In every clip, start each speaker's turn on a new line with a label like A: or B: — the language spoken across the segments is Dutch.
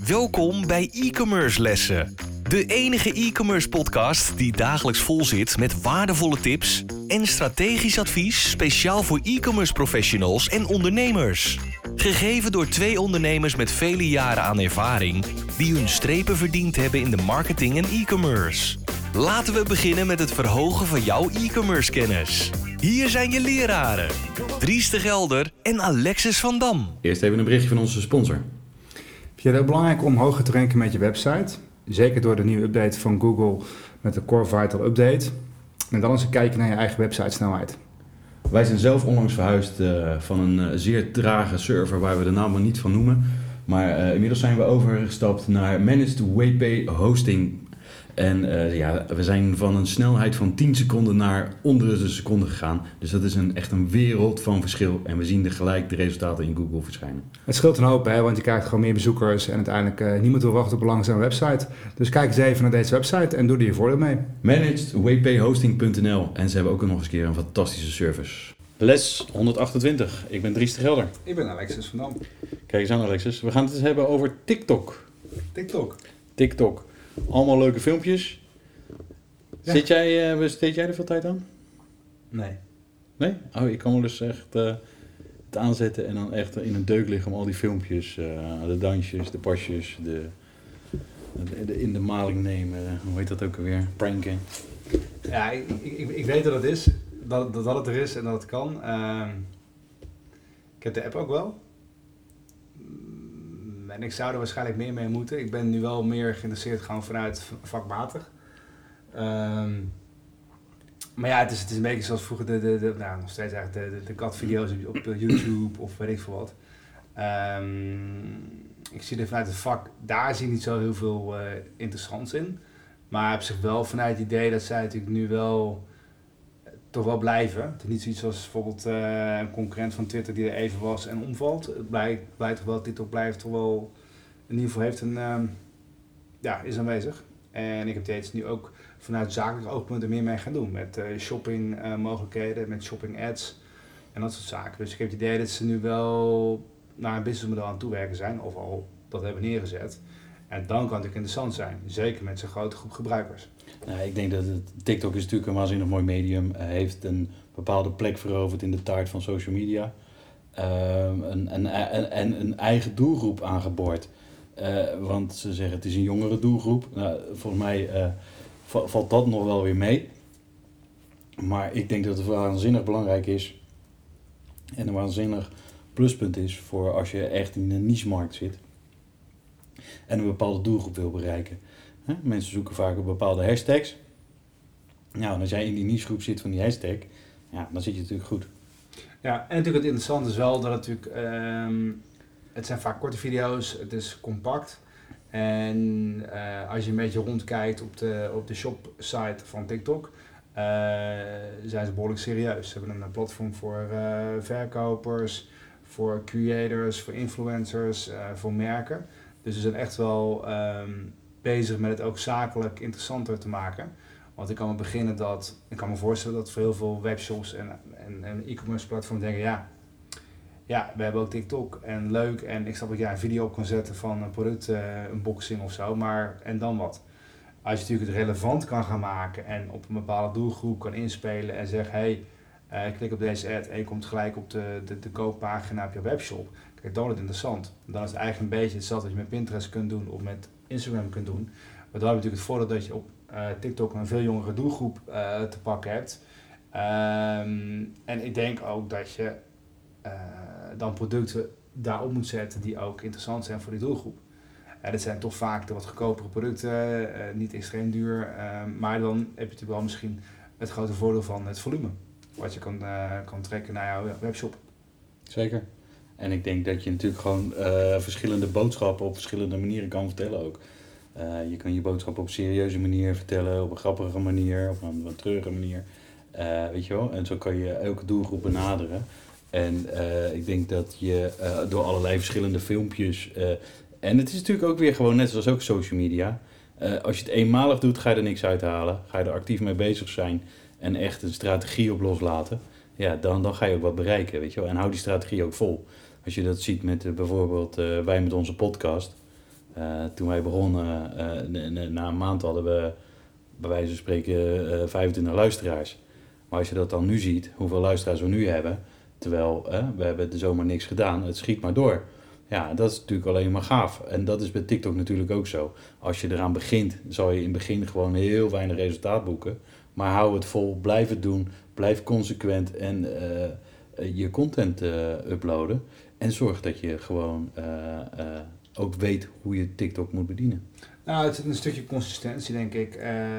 A: Welkom bij e-commerce lessen. De enige e-commerce podcast die dagelijks vol zit met waardevolle tips en strategisch advies speciaal voor e-commerce professionals en ondernemers. Gegeven door 2 ondernemers met vele jaren aan ervaring die hun strepen verdiend hebben in de marketing en e-commerce. Laten we beginnen met het verhogen van jouw e-commerce kennis. Hier zijn je leraren, Dries de Gelder en Alexis van Dam.
B: Eerst even een berichtje van onze sponsor.
C: Vind je het ook belangrijk om hoger te ranken met je website? Zeker door de nieuwe update van Google met de Core Vital Update. En dan eens een kijkje naar je eigen websitesnelheid.
B: Wij zijn zelf onlangs verhuisd van een zeer trage server waar we de naam maar niet van noemen. Maar inmiddels zijn we overgestapt naar Managed WP Hosting. En we zijn van een snelheid van 10 seconden naar onder de seconde gegaan. Dus dat is echt een wereld van verschil. En we zien gelijk de resultaten in Google verschijnen.
C: Het scheelt een hoop, want je krijgt gewoon meer bezoekers en uiteindelijk niemand wil wachten op een langzame website. Dus kijk eens even naar deze website en doe er je voordeel mee.
B: ManagedWPHosting.nl. En ze hebben ook nog eens een keer een fantastische service. Les 128. Ik ben Dries de Gelder.
C: Ik ben Alexis van Dam.
B: Kijk eens aan, Alexis. We gaan het eens hebben over TikTok.
C: TikTok.
B: Allemaal leuke filmpjes.
C: Ja.
B: Besteed jij er veel tijd aan?
C: Nee.
B: Nee? Oh, ik kan wel eens echt het aanzetten en dan echt in een deuk liggen om al die filmpjes, de dansjes, de pasjes, de in de maling nemen, hoe heet dat ook alweer? Pranken.
C: Ja, ik weet dat het is, dat het er is en dat het kan. Ik heb de app ook wel. En ik zou er waarschijnlijk meer mee moeten. Ik ben nu wel meer geïnteresseerd gewoon vanuit vakmatig. Maar ja, het is een beetje zoals vroeger nog steeds eigenlijk de katvideo's op YouTube of weet ik veel wat. Ik zie er vanuit het vak, daar zie ik niet zo heel veel interessants in. Maar op zich wel vanuit het idee dat zij natuurlijk nu wel toch wel blijven. Het is niet zoiets als bijvoorbeeld een concurrent van Twitter die er even was en omvalt. Het blijkt toch wel, TikTok blijft toch wel, in ieder geval heeft is aanwezig. En ik heb steeds nu ook vanuit zakelijk oogpunt er meer mee gaan doen. Met shopping mogelijkheden, met shopping ads en dat soort zaken. Dus ik heb het idee dat ze nu wel naar een businessmodel aan het toewerken zijn, of al dat hebben neergezet. En dan kan het natuurlijk interessant zijn, zeker met zo'n grote groep gebruikers.
B: Nou, ik denk dat TikTok is natuurlijk een waanzinnig mooi medium. Heeft een bepaalde plek veroverd in de taart van social media. En een eigen doelgroep aangeboord. Want ze zeggen het is een jongere doelgroep. Nou, volgens mij valt dat nog wel weer mee. Maar ik denk dat het waanzinnig belangrijk is. En een waanzinnig pluspunt is voor als je echt in een niche-markt zit. En een bepaalde doelgroep wil bereiken. Mensen zoeken vaak op bepaalde hashtags. Nou, en als jij in die nichegroep zit van die hashtag, ja, dan zit je natuurlijk goed.
C: Ja, en natuurlijk het interessante is wel dat het natuurlijk, het zijn vaak korte video's, het is compact. En als je een beetje rondkijkt op de shopsite van TikTok, zijn ze behoorlijk serieus. Ze hebben een platform voor verkopers, voor creators, voor influencers, voor merken. Dus ze zijn echt wel bezig met het ook zakelijk interessanter te maken. Want ik kan me voorstellen dat voor heel veel webshops en e-commerce platforms denken, ja, we hebben ook TikTok en leuk en ik snap dat jij een video op kan zetten van een product-unboxing of zo, maar en dan wat? Als je natuurlijk het relevant kan gaan maken en op een bepaalde doelgroep kan inspelen en zegt, klik op deze ad en je komt gelijk op de kooppagina op je webshop. Kijk, dan is het interessant. Dan is het eigenlijk een beetje hetzelfde wat je met Pinterest kunt doen of met Instagram kunt doen. Maar dan heb je natuurlijk het voordeel dat je op TikTok een veel jongere doelgroep te pakken hebt. En ik denk ook dat je dan producten daarop moet zetten die ook interessant zijn voor die doelgroep. Dit zijn toch vaak de wat goedkopere producten, niet extreem duur. Maar dan heb je natuurlijk wel misschien het grote voordeel van het volume. Wat je kan trekken naar jouw webshop.
B: Zeker. En ik denk dat je natuurlijk gewoon verschillende boodschappen op verschillende manieren kan vertellen ook. Je kan je boodschap op een serieuze manier vertellen, op een grappige manier, op een wat treurige manier. Weet je wel? En zo kan je elke doelgroep benaderen. En ik denk dat je door allerlei verschillende filmpjes... en het is natuurlijk ook weer gewoon net zoals ook social media. Als je het eenmalig doet, ga je er niks uithalen. Ga je er actief mee bezig zijn en echt een strategie op loslaten. Ja, dan ga je ook wat bereiken, weet je wel. En hou die strategie ook vol. Als je dat ziet met bijvoorbeeld wij met onze podcast. Toen wij begonnen, na een maand hadden we bij wijze van spreken 25 luisteraars. Maar als je dat dan nu ziet, hoeveel luisteraars we nu hebben, terwijl we hebben er zomaar niks gedaan, het schiet maar door. Ja, dat is natuurlijk alleen maar gaaf. En dat is bij TikTok natuurlijk ook zo. Als je eraan begint, zal je in het begin gewoon heel weinig resultaat boeken. Maar hou het vol, blijf het doen, blijf consequent en je content uploaden. En zorg dat je gewoon ook weet hoe je TikTok moet bedienen.
C: Nou, het is een stukje consistentie, denk ik.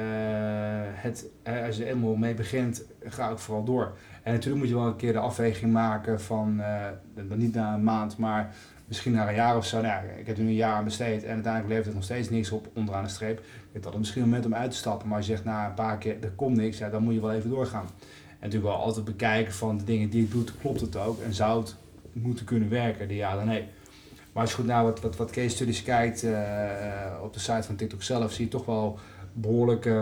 C: Als je er eenmaal mee begint, ga ook vooral door. En natuurlijk moet je wel een keer de afweging maken van, niet na een maand, maar misschien na een jaar of zo. Nou ja, ik heb nu een jaar aan besteed en uiteindelijk levert het nog steeds niks op onderaan de streep. Ik denk dat het misschien een moment om uit te stappen, maar als je zegt na een paar keer er komt niks, ja, dan moet je wel even doorgaan. En natuurlijk wel altijd bekijken van de dingen die ik doe, klopt het ook en zou het moeten kunnen werken, ja dan nee. Maar als je goed naar wat case studies kijkt op de site van TikTok zelf, zie je toch wel behoorlijke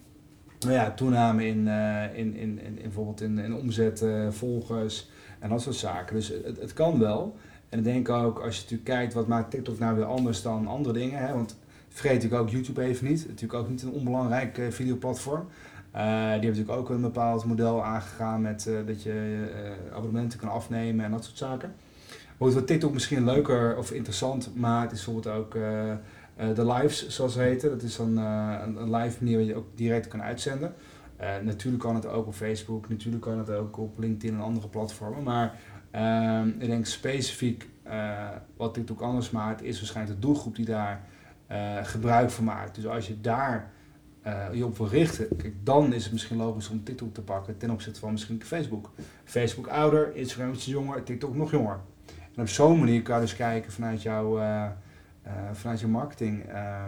C: toename in bijvoorbeeld in omzet, volgers en dat soort zaken. Dus het kan wel. En ik denk ook, als je natuurlijk kijkt, wat maakt TikTok nou weer anders dan andere dingen. Hè? Want vergeet natuurlijk ook YouTube even niet. Natuurlijk ook niet een onbelangrijk videoplatform. Die hebben natuurlijk ook een bepaald model aangegaan met dat je abonnementen kan afnemen en dat soort zaken. Wat TikTok misschien leuker of interessant maakt, is bijvoorbeeld ook de lives, zoals ze heten. Dat is dan een live manier waar je ook direct kan uitzenden. Natuurlijk kan het ook op Facebook, natuurlijk kan het ook op LinkedIn en andere platformen. Maar ik denk specifiek wat TikTok anders maakt, is waarschijnlijk de doelgroep die daar gebruik van maakt. Dus als je daar je op wil richten, kijk, dan is het misschien logisch om TikTok te pakken ten opzichte van misschien Facebook. Facebook ouder, Instagram iets jonger, TikTok nog jonger. En op zo'n manier kan je dus kijken vanuit jouw marketing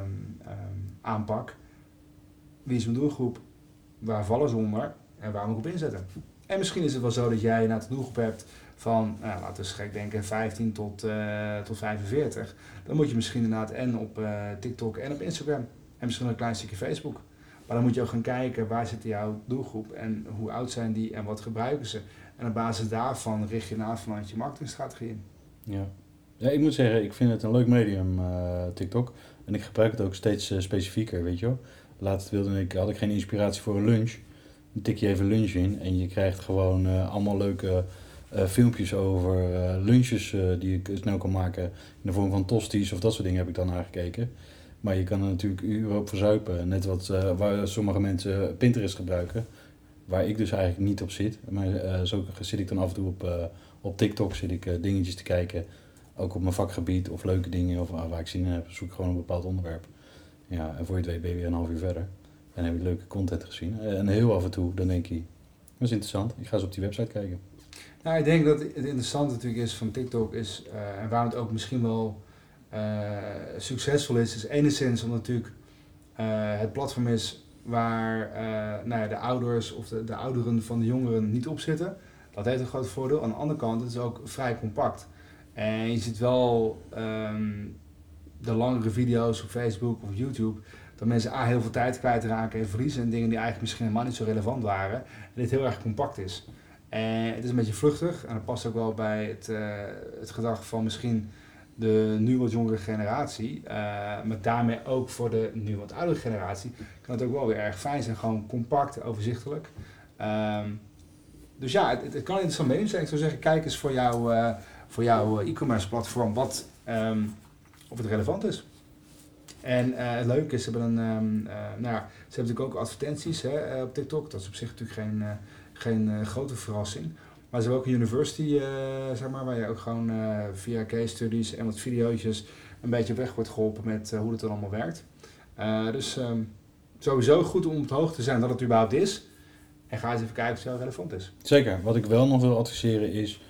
C: aanpak. Wie is mijn doelgroep? Waar vallen ze onder? En waar moet ik op inzetten? En misschien is het wel zo dat jij een doelgroep hebt van, laten we gek denken, 15 tot 45. Dan moet je misschien inderdaad en op TikTok en op Instagram. En misschien een klein stukje Facebook. Maar dan moet je ook gaan kijken, waar zit jouw doelgroep? En hoe oud zijn die en wat gebruiken ze? En op basis daarvan richt je na vanuit je marketingstrategie in.
B: Ja, ik moet zeggen, ik vind het een leuk medium, TikTok. En ik gebruik het ook steeds specifieker, weet je wel. Laatst had ik geen inspiratie voor een lunch. Dan tik je even lunch in en je krijgt gewoon allemaal leuke filmpjes over lunches die ik snel kan maken. In de vorm van tosties of dat soort dingen heb ik dan aangekeken. Maar je kan er natuurlijk uren op verzuipen. Net wat waar sommige mensen Pinterest gebruiken. Waar ik dus eigenlijk niet op zit. Maar zo zit ik dan af en toe op TikTok zit ik dingetjes te kijken. Ook op mijn vakgebied of leuke dingen of waar ik zin in heb. Zoek ik gewoon een bepaald onderwerp. Ja, en voor je het weet ben je weer een half uur verder. En heb je leuke content gezien. En heel af en toe dan denk je, dat is interessant. Ik ga eens op die website kijken.
C: Nou, ik denk dat het interessante natuurlijk is van TikTok is, en waarom het ook misschien wel succesvol is enigszins omdat natuurlijk het platform is waar de ouders of de ouderen van de jongeren niet op zitten. Dat heeft een groot voordeel. Aan de andere kant, het is ook vrij compact. En je ziet wel de langere video's op Facebook of YouTube, dat mensen heel veel tijd kwijtraken en verliezen en dingen die eigenlijk misschien helemaal niet zo relevant waren. En dit heel erg compact is. En het is een beetje vluchtig en dat past ook wel bij het gedrag van misschien de nu wat jongere generatie. Maar daarmee ook voor de nu wat oudere generatie kan het ook wel weer erg fijn zijn. Gewoon compact, overzichtelijk. Dus ja, het kan een interessant medium zijn. Ik zou zeggen, kijk eens voor jouw e-commerce platform of het relevant is. En het leuke is, ze hebben natuurlijk ook advertenties op TikTok. Dat is op zich natuurlijk geen grote verrassing. Maar ze hebben ook een university, waar je ook gewoon via case studies en wat video's een beetje op weg wordt geholpen met hoe het dan allemaal werkt. Dus sowieso goed om op de hoogte te zijn dat het überhaupt is. En ga eens even kijken of het relevant is.
B: Zeker. Wat ik wel nog wil adviseren is,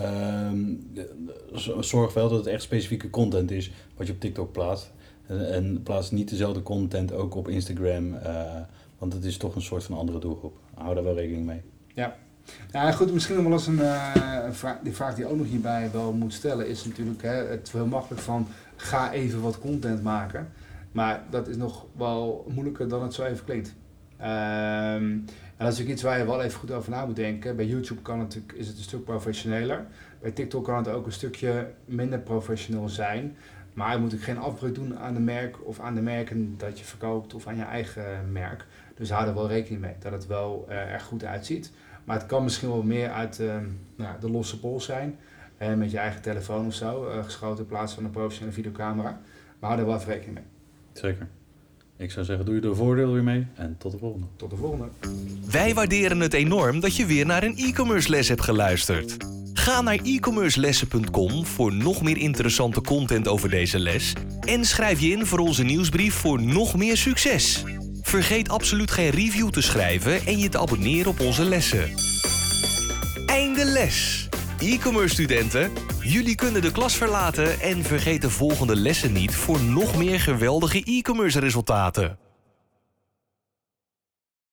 B: zorg wel dat het echt specifieke content is wat je op TikTok plaatst. En plaats niet dezelfde content ook op Instagram, want het is toch een soort van andere doelgroep. Hou daar wel rekening mee.
C: Ja. Nou goed, misschien nog wel eens die vraag die ook nog hierbij wel moet stellen is natuurlijk het heel makkelijk van ga even wat content maken. Maar dat is nog wel moeilijker dan het zo even klinkt. En dat is natuurlijk iets waar je wel even goed over na moet denken. Bij YouTube is het een stuk professioneler. Bij TikTok kan het ook een stukje minder professioneel zijn. Maar je moet ook geen afbreuk doen aan de merk of aan de merken dat je verkoopt of aan je eigen merk. Dus hou er wel rekening mee dat het wel er goed uitziet. Maar het kan misschien wel meer uit de losse pols zijn. Met je eigen telefoon of zo, geschoten in plaats van een professionele videocamera. Maar hou er wel even rekening mee.
B: Zeker. Ik zou zeggen, doe je er voordeel weer mee en tot de volgende.
C: Tot de volgende.
A: Wij waarderen het enorm dat je weer naar een e-commerce les hebt geluisterd. Ga naar e-commercelessen.com voor nog meer interessante content over deze les. En schrijf je in voor onze nieuwsbrief voor nog meer succes. Vergeet absoluut geen review te schrijven en je te abonneren op onze lessen. Einde les! E-commerce studenten, jullie kunnen de klas verlaten en vergeet de volgende lessen niet voor nog meer geweldige e-commerce resultaten.